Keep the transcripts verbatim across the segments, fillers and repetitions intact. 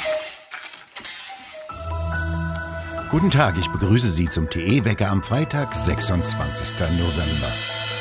Guten Tag, ich begrüße Sie zum T E-Wecker am Freitag, sechsundzwanzigsten November.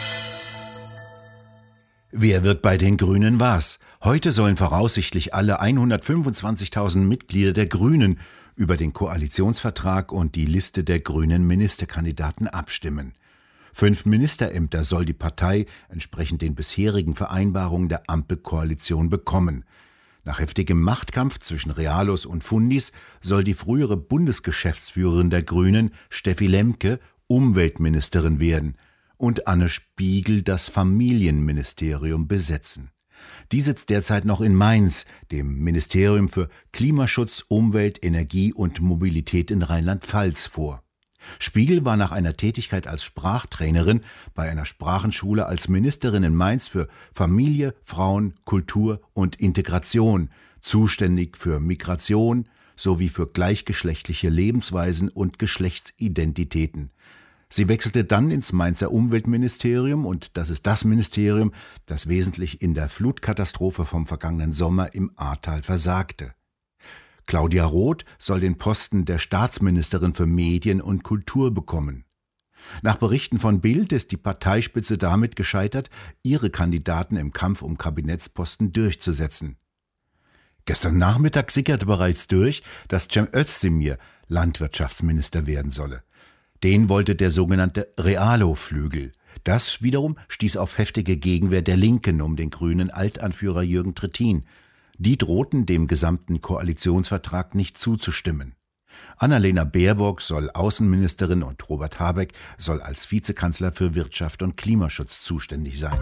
Wer wird bei den Grünen was? Heute sollen voraussichtlich alle hundertfünfundzwanzigtausend Mitglieder der Grünen über den Koalitionsvertrag und die Liste der grünen Ministerkandidaten abstimmen. Fünf Ministerämter soll die Partei entsprechend den bisherigen Vereinbarungen der Ampelkoalition bekommen. Nach heftigem Machtkampf zwischen Realos und Fundis soll die frühere Bundesgeschäftsführerin der Grünen, Steffi Lemke, Umweltministerin werden und Anne Spiegel das Familienministerium besetzen. Die sitzt derzeit noch in Mainz, dem Ministerium für Klimaschutz, Umwelt, Energie und Mobilität in Rheinland-Pfalz, vor. Spiegel war nach einer Tätigkeit als Sprachtrainerin bei einer Sprachenschule als Ministerin in Mainz für Familie, Frauen, Kultur und Integration zuständig für Migration sowie für gleichgeschlechtliche Lebensweisen und Geschlechtsidentitäten. Sie wechselte dann ins Mainzer Umweltministerium und das ist das Ministerium, das wesentlich in der Flutkatastrophe vom vergangenen Sommer im Ahrtal versagte. Claudia Roth soll den Posten der Staatsministerin für Medien und Kultur bekommen. Nach Berichten von Bild ist die Parteispitze damit gescheitert, ihre Kandidaten im Kampf um Kabinettsposten durchzusetzen. Gestern Nachmittag sickerte bereits durch, dass Cem Özdemir Landwirtschaftsminister werden solle. Den wollte der sogenannte Realo-Flügel. Das wiederum stieß auf heftige Gegenwehr der Linken um den grünen Altanführer Jürgen Trittin. Die drohten, dem gesamten Koalitionsvertrag nicht zuzustimmen. Annalena Baerbock soll Außenministerin und Robert Habeck soll als Vizekanzler für Wirtschaft und Klimaschutz zuständig sein.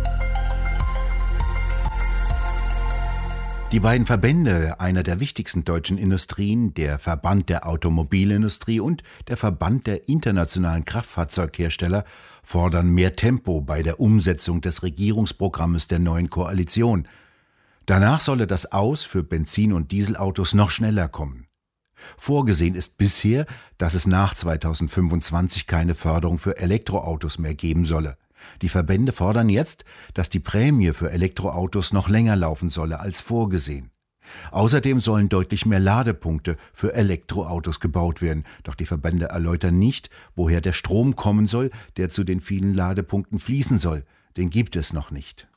Die beiden Verbände einer der wichtigsten deutschen Industrien, der Verband der Automobilindustrie und der Verband der internationalen Kraftfahrzeughersteller, fordern mehr Tempo bei der Umsetzung des Regierungsprogrammes der neuen Koalition. Danach solle das Aus für Benzin- und Dieselautos noch schneller kommen. Vorgesehen ist bisher, dass es nach zweitausendfünfundzwanzig keine Förderung für Elektroautos mehr geben solle. Die Verbände fordern jetzt, dass die Prämie für Elektroautos noch länger laufen solle als vorgesehen. Außerdem sollen deutlich mehr Ladepunkte für Elektroautos gebaut werden, doch die Verbände erläutern nicht, woher der Strom kommen soll, der zu den vielen Ladepunkten fließen soll. Den gibt es noch nicht.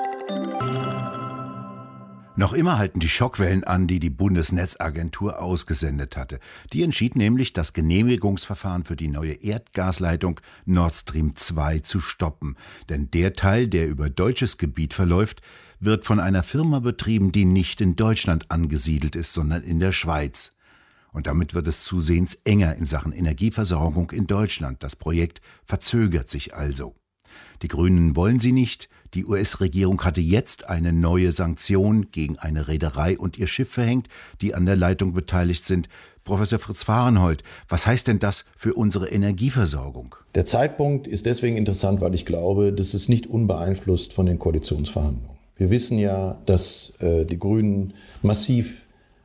Noch immer halten die Schockwellen an, die die Bundesnetzagentur ausgesendet hatte. Die entschied nämlich, das Genehmigungsverfahren für die neue Erdgasleitung Nord Stream zwei zu stoppen. Denn der Teil, der über deutsches Gebiet verläuft, wird von einer Firma betrieben, die nicht in Deutschland angesiedelt ist, sondern in der Schweiz. Und damit wird es zusehends enger in Sachen Energieversorgung in Deutschland. Das Projekt verzögert sich also. Die Grünen wollen sie nicht. Die U S-Regierung hatte jetzt eine neue Sanktion gegen eine Reederei und ihr Schiff verhängt, die an der Leitung beteiligt sind. Professor Fritz Fahrenhold, was heißt denn das für unsere Energieversorgung? Der Zeitpunkt ist deswegen interessant, weil ich glaube, das ist nicht unbeeinflusst von den Koalitionsverhandlungen. Wir wissen ja, dass äh, die Grünen massiv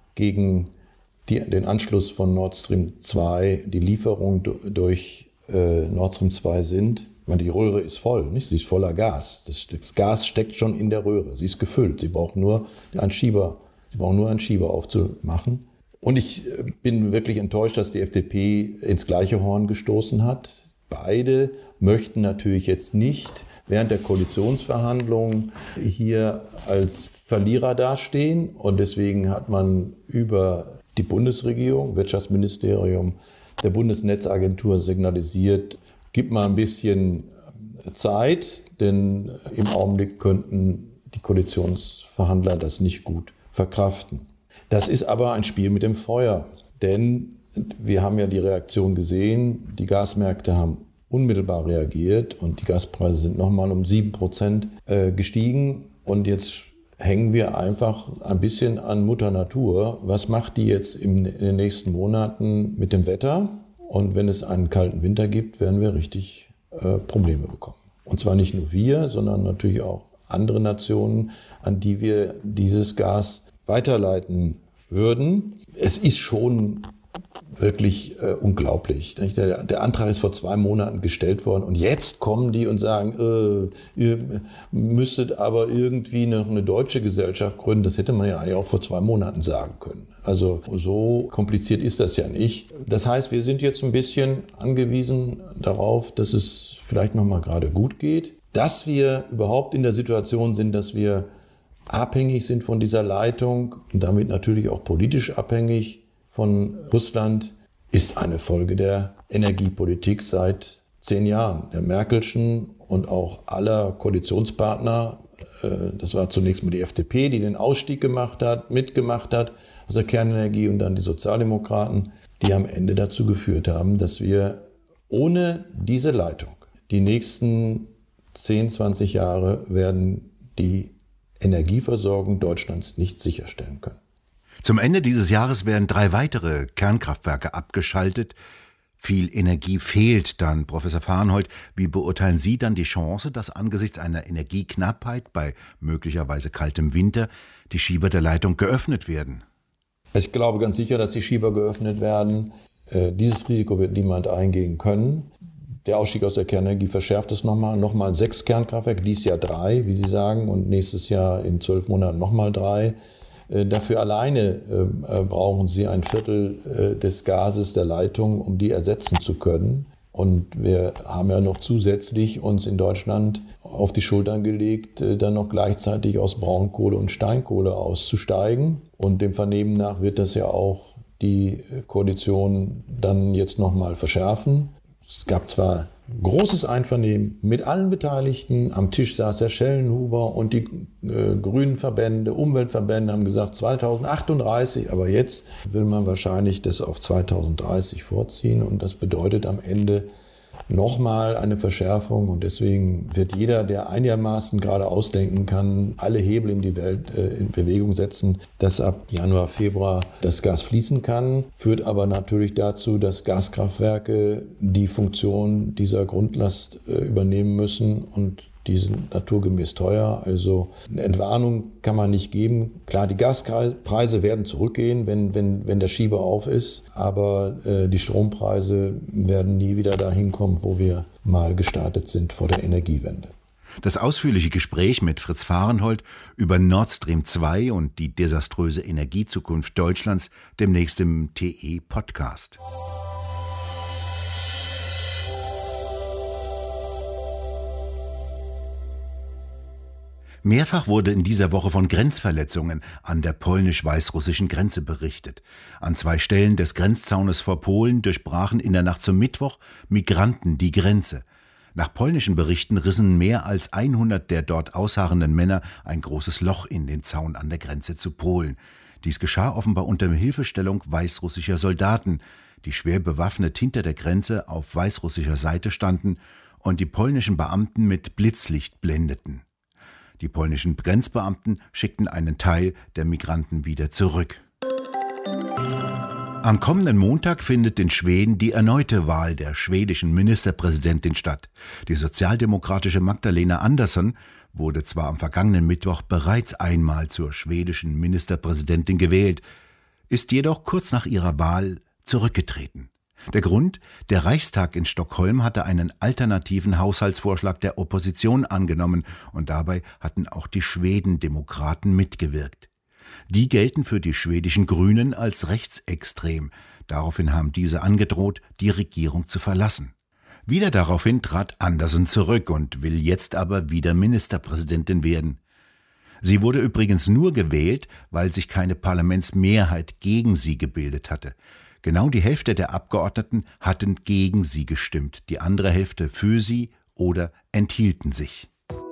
gegen die, den Anschluss von Nord Stream zwei, die Lieferung do, durch äh, Nord Stream zwei sind. Ich meine, die Röhre ist voll, nicht? Sie ist voller Gas. Das, das Gas steckt schon in der Röhre. Sie ist gefüllt. Sie braucht nur einen Schieber, sie brauchen nur einen Schieber aufzumachen. Und ich bin wirklich enttäuscht, dass die F D P ins gleiche Horn gestoßen hat. Beide möchten natürlich jetzt nicht während der Koalitionsverhandlungen hier als Verlierer dastehen. Und deswegen hat man über die Bundesregierung, Wirtschaftsministerium, der Bundesnetzagentur signalisiert, gib mal ein bisschen Zeit, denn im Augenblick könnten die Koalitionsverhandler das nicht gut verkraften. Das ist aber ein Spiel mit dem Feuer, denn wir haben ja die Reaktion gesehen, die Gasmärkte haben unmittelbar reagiert und die Gaspreise sind nochmal um sieben Prozent gestiegen und jetzt hängen wir einfach ein bisschen an Mutter Natur. Was macht die jetzt in den nächsten Monaten mit dem Wetter? Und wenn es einen kalten Winter gibt, werden wir richtig äh, Probleme bekommen. Und zwar nicht nur wir, sondern natürlich auch andere Nationen, an die wir dieses Gas weiterleiten würden. Es ist schon wirklich äh, unglaublich. Der, der Antrag ist vor zwei Monaten gestellt worden und jetzt kommen die und sagen, äh, ihr müsstet aber irgendwie noch eine deutsche Gesellschaft gründen. Das hätte man ja eigentlich auch vor zwei Monaten sagen können. Also so kompliziert ist das ja nicht. Das heißt, wir sind jetzt ein bisschen angewiesen darauf, dass es vielleicht nochmal gerade gut geht. Dass wir überhaupt in der Situation sind, dass wir abhängig sind von dieser Leitung und damit natürlich auch politisch abhängig von Russland, ist eine Folge der Energiepolitik seit zehn Jahren. Der Merkelschen und auch aller Koalitionspartner. Das war zunächst mal die F D P, die den Ausstieg gemacht hat, mitgemacht hat aus der Kernenergie, und dann die Sozialdemokraten, die am Ende dazu geführt haben, dass wir ohne diese Leitung die nächsten zehn, zwanzig Jahre werden die Energieversorgung Deutschlands nicht sicherstellen können. Zum Ende dieses Jahres werden drei weitere Kernkraftwerke abgeschaltet. Viel Energie fehlt dann. Professor Farnhold, wie beurteilen Sie dann die Chance, dass angesichts einer Energieknappheit bei möglicherweise kaltem Winter die Schieber der Leitung geöffnet werden? Ich glaube ganz sicher, dass die Schieber geöffnet werden. Äh, dieses Risiko wird niemand eingehen können. Der Ausstieg aus der Kernenergie verschärft es nochmal. Nochmal sechs Kernkraftwerke, dieses Jahr drei, wie Sie sagen, und nächstes Jahr in zwölf Monaten nochmal drei. Dafür alleine äh, brauchen Sie ein Viertel äh, des Gases der Leitung, um die ersetzen zu können. Und wir haben ja noch zusätzlich uns in Deutschland auf die Schultern gelegt, äh, dann noch gleichzeitig aus Braunkohle und Steinkohle auszusteigen. Und dem Vernehmen nach wird das ja auch die Koalition dann jetzt nochmal verschärfen. Es gab zwar großes Einvernehmen mit allen Beteiligten. Am Tisch saß der Schellenhuber und die äh, grünen Verbände, Umweltverbände haben gesagt zweitausendachtunddreißig, aber jetzt will man wahrscheinlich das auf zweitausenddreißig vorziehen, und das bedeutet am Ende nochmal eine Verschärfung, und deswegen wird jeder, der einigermaßen gerade ausdenken kann, alle Hebel in die Welt äh, in Bewegung setzen, dass ab Januar, Februar das Gas fließen kann, führt aber natürlich dazu, dass Gaskraftwerke die Funktion dieser Grundlast äh, übernehmen müssen, und die sind naturgemäß teuer. Also eine Entwarnung kann man nicht geben. Klar, die Gaspreise werden zurückgehen, wenn, wenn, wenn der Schieber auf ist. Aber äh, die Strompreise werden nie wieder dahin kommen, wo wir mal gestartet sind vor der Energiewende. Das ausführliche Gespräch mit Fritz Farnhold über Nord Stream zwei und die desaströse Energiezukunft Deutschlands demnächst im T E-Podcast. Mehrfach wurde in dieser Woche von Grenzverletzungen an der polnisch-weißrussischen Grenze berichtet. An zwei Stellen des Grenzzaunes vor Polen durchbrachen in der Nacht zum Mittwoch Migranten die Grenze. Nach polnischen Berichten rissen mehr als hundert der dort ausharrenden Männer ein großes Loch in den Zaun an der Grenze zu Polen. Dies geschah offenbar unter Hilfestellung weißrussischer Soldaten, die schwer bewaffnet hinter der Grenze auf weißrussischer Seite standen und die polnischen Beamten mit Blitzlicht blendeten. Die polnischen Grenzbeamten schickten einen Teil der Migranten wieder zurück. Am kommenden Montag findet in Schweden die erneute Wahl der schwedischen Ministerpräsidentin statt. Die sozialdemokratische Magdalena Andersson wurde zwar am vergangenen Mittwoch bereits einmal zur schwedischen Ministerpräsidentin gewählt, ist jedoch kurz nach ihrer Wahl zurückgetreten. Der Grund: Der Reichstag in Stockholm hatte einen alternativen Haushaltsvorschlag der Opposition angenommen, und dabei hatten auch die Schwedendemokraten mitgewirkt. Die gelten für die schwedischen Grünen als rechtsextrem. Daraufhin haben diese angedroht, die Regierung zu verlassen. Wieder daraufhin trat Andersson zurück und will jetzt aber wieder Ministerpräsidentin werden. Sie wurde übrigens nur gewählt, weil sich keine Parlamentsmehrheit gegen sie gebildet hatte. Genau die Hälfte der Abgeordneten hatten gegen sie gestimmt, die andere Hälfte für sie oder enthielten sich.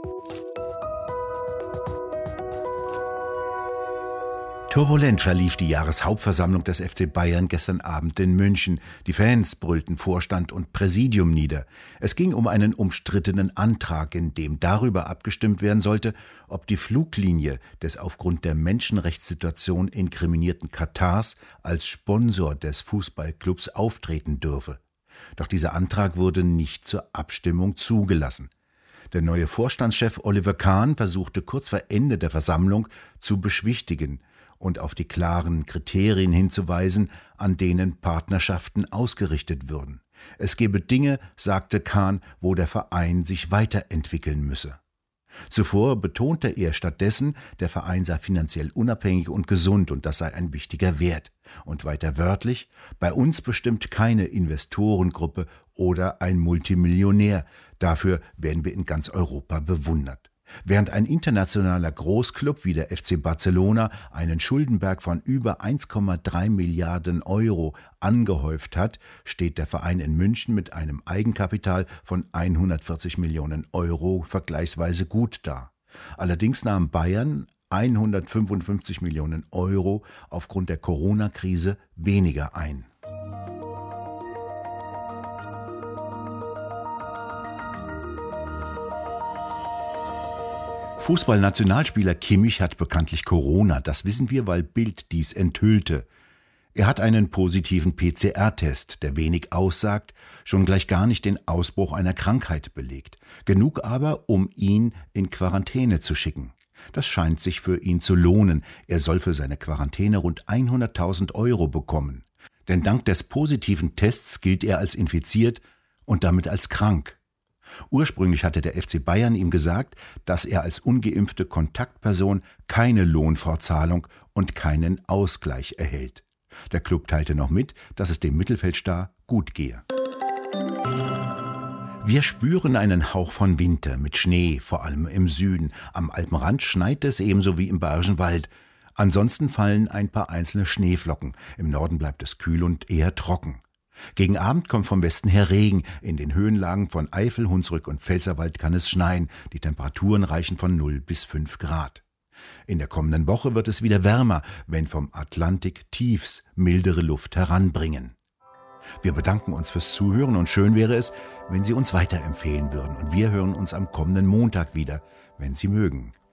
Turbulent verlief die Jahreshauptversammlung des F C Bayern gestern Abend in München. Die Fans brüllten Vorstand und Präsidium nieder. Es ging um einen umstrittenen Antrag, in dem darüber abgestimmt werden sollte, ob die Fluglinie des aufgrund der Menschenrechtssituation inkriminierten Katars als Sponsor des Fußballclubs auftreten dürfe. Doch dieser Antrag wurde nicht zur Abstimmung zugelassen. Der neue Vorstandschef Oliver Kahn versuchte kurz vor Ende der Versammlung zu beschwichtigen und auf die klaren Kriterien hinzuweisen, an denen Partnerschaften ausgerichtet würden. Es gebe Dinge, sagte Kahn, wo der Verein sich weiterentwickeln müsse. Zuvor betonte er stattdessen, der Verein sei finanziell unabhängig und gesund und das sei ein wichtiger Wert. Und weiter wörtlich: Bei uns bestimmt keine Investorengruppe oder ein Multimillionär. Dafür werden wir in ganz Europa bewundert. Während ein internationaler Großklub wie der F C Barcelona einen Schuldenberg von über eins Komma drei Milliarden Euro angehäuft hat, steht der Verein in München mit einem Eigenkapital von hundertvierzig Millionen Euro vergleichsweise gut da. Allerdings nahm Bayern hundertfünfundfünfzig Millionen Euro aufgrund der Corona-Krise weniger ein. Fußballnationalspieler Kimmich hat bekanntlich Corona, das wissen wir, weil Bild dies enthüllte. Er hat einen positiven P C R-Test, der wenig aussagt, schon gleich gar nicht den Ausbruch einer Krankheit belegt. Genug aber, um ihn in Quarantäne zu schicken. Das scheint sich für ihn zu lohnen. Er soll für seine Quarantäne rund hunderttausend Euro bekommen. Denn dank des positiven Tests gilt er als infiziert und damit als krank. Ursprünglich hatte der F C Bayern ihm gesagt, dass er als ungeimpfte Kontaktperson keine Lohnfortzahlung und keinen Ausgleich erhält. Der Klub teilte noch mit, dass es dem Mittelfeldstar gut gehe. Wir spüren einen Hauch von Winter mit Schnee, vor allem im Süden. Am Alpenrand schneit es ebenso wie im Bayerischen Wald. Ansonsten fallen ein paar einzelne Schneeflocken. Im Norden bleibt es kühl und eher trocken. Gegen Abend kommt vom Westen her Regen. In den Höhenlagen von Eifel, Hunsrück und Pfälzerwald kann es schneien. Die Temperaturen reichen von null bis fünf Grad. In der kommenden Woche wird es wieder wärmer, wenn vom Atlantik Tiefs mildere Luft heranbringen. Wir bedanken uns fürs Zuhören und schön wäre es, wenn Sie uns weiterempfehlen würden. Und wir hören uns am kommenden Montag wieder, wenn Sie mögen.